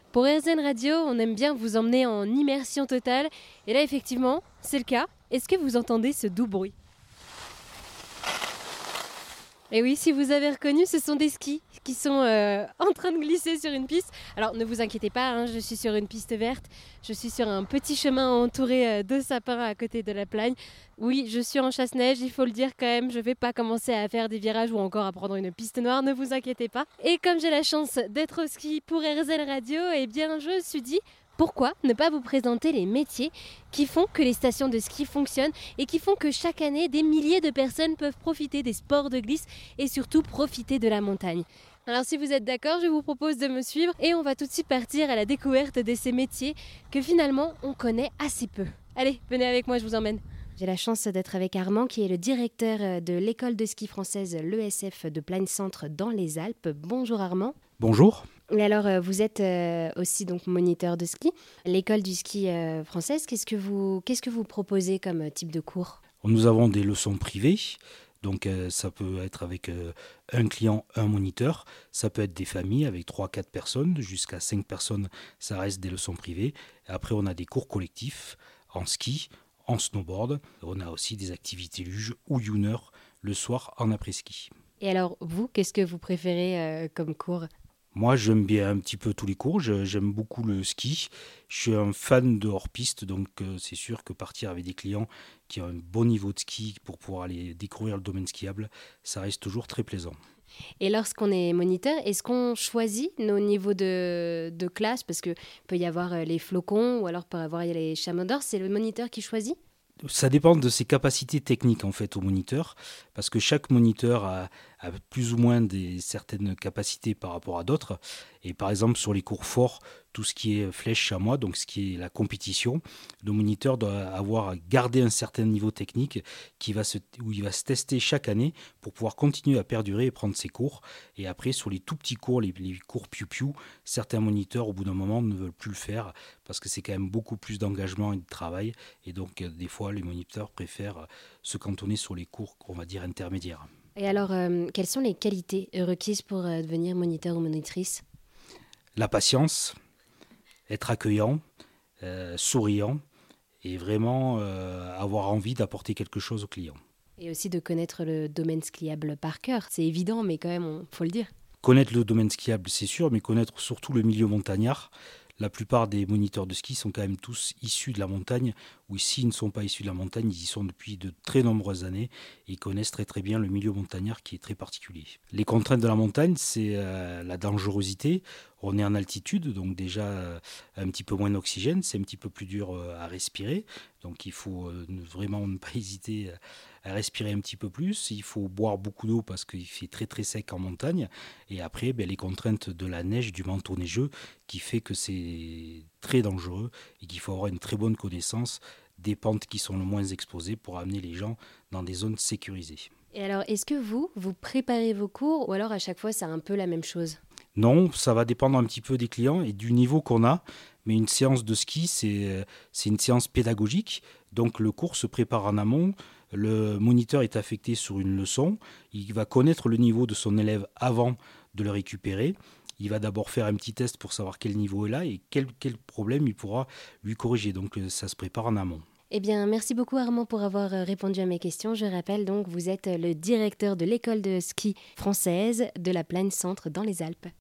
Pour RZN Radio, on aime bien vous emmener en immersion totale. Et là, effectivement, c'est le cas. Est-ce que vous entendez ce doux bruit ? Et oui, si vous avez reconnu, ce sont des skis qui sont en train de glisser sur une piste. Alors ne vous inquiétez pas, je suis sur une piste verte. Je suis sur un petit chemin entouré de sapins à côté de la plagne. Oui, je suis en chasse-neige, il faut le dire quand même. Je ne vais pas commencer à faire des virages ou encore à prendre une piste noire, ne vous inquiétez pas. Et comme j'ai la chance d'être au ski pour RZN Radio, eh bien je me suis dit... Pourquoi ne pas vous présenter les métiers qui font que les stations de ski fonctionnent et qui font que chaque année, des milliers de personnes peuvent profiter des sports de glisse et surtout profiter de la montagne. Alors si vous êtes d'accord, je vous propose de me suivre et on va tout de suite partir à la découverte de ces métiers que finalement on connaît assez peu. Allez, venez avec moi, je vous emmène. J'ai la chance d'être avec Armand qui est le directeur de l'école de ski française, l'ESF de Plagne-Centre dans les Alpes. Bonjour Armand. Bonjour. Et alors, vous êtes aussi donc moniteur de ski. L'école du ski française, qu'est-ce que vous proposez comme type de cours ? Nous avons des leçons privées, donc ça peut être avec un client, un moniteur. Ça peut être des familles avec 3-4 personnes, jusqu'à 5 personnes, ça reste des leçons privées. Et après, on a des cours collectifs en ski, en snowboard. On a aussi des activités luge ou youner le soir en après-ski. Et alors, vous, qu'est-ce que vous préférez comme cours ? Moi, j'aime bien un petit peu tous les cours. J'aime beaucoup le ski. Je suis un fan de hors-piste, donc c'est sûr que partir avec des clients qui ont un bon niveau de ski pour pouvoir aller découvrir le domaine skiable, ça reste toujours très plaisant. Et lorsqu'on est moniteur, est-ce qu'on choisit nos niveaux de classe ? Parce qu'il peut y avoir les flocons ou alors peut y avoir les chameaux d'or. C'est le moniteur qui choisit ? Ça dépend de ses capacités techniques en fait au moniteur, parce que chaque moniteur a plus ou moins certaines capacités par rapport à d'autres. Et par exemple sur les cours forts, tout ce qui est flèche chamois, donc ce qui est la compétition, le moniteur doit avoir gardé un certain niveau technique où il va se tester chaque année pour pouvoir continuer à perdurer et prendre ses cours. Et après sur les tout petits cours, les cours piou-piou, certains moniteurs au bout d'un moment ne veulent plus le faire parce que c'est quand même beaucoup plus d'engagement et de travail. Et donc des fois les moniteurs préfèrent se cantonner sur les cours, on va dire, intermédiaires. Et alors, quelles sont les qualités requises pour devenir moniteur ou monitrice ? La patience, être accueillant, souriant et vraiment avoir envie d'apporter quelque chose aux clients. Et aussi de connaître le domaine skiable par cœur. C'est évident, mais quand même, faut le dire. Connaître le domaine skiable, c'est sûr, mais connaître surtout le milieu montagnard. La plupart des moniteurs de ski sont quand même tous issus de la montagne, ou s'ils ne sont pas issus de la montagne, ils y sont depuis de très nombreuses années et ils connaissent très très bien le milieu montagnard qui est très particulier. Les contraintes de la montagne, c'est la dangerosité. On est en altitude, donc déjà un petit peu moins d'oxygène, c'est un petit peu plus dur à respirer. Donc il faut vraiment ne pas hésiter à respirer un petit peu plus. Il faut boire beaucoup d'eau parce qu'il fait très très sec en montagne. Et après, les contraintes de la neige, du manteau neigeux, qui fait que c'est très dangereux et qu'il faut avoir une très bonne connaissance des pentes qui sont le moins exposées pour amener les gens dans des zones sécurisées. Et alors, est-ce que vous préparez vos cours ou alors à chaque fois c'est un peu la même chose ? Non, ça va dépendre un petit peu des clients et du niveau qu'on a. Mais une séance de ski, c'est une séance pédagogique. Donc le cours se prépare en amont. Le moniteur est affecté sur une leçon. Il va connaître le niveau de son élève avant de le récupérer. Il va d'abord faire un petit test pour savoir quel niveau est là et quel problème il pourra lui corriger. Donc ça se prépare en amont. Eh bien, merci beaucoup Armand pour avoir répondu à mes questions. Je rappelle donc, vous êtes le directeur de l'école de ski française de la Plagne-Centre dans les Alpes.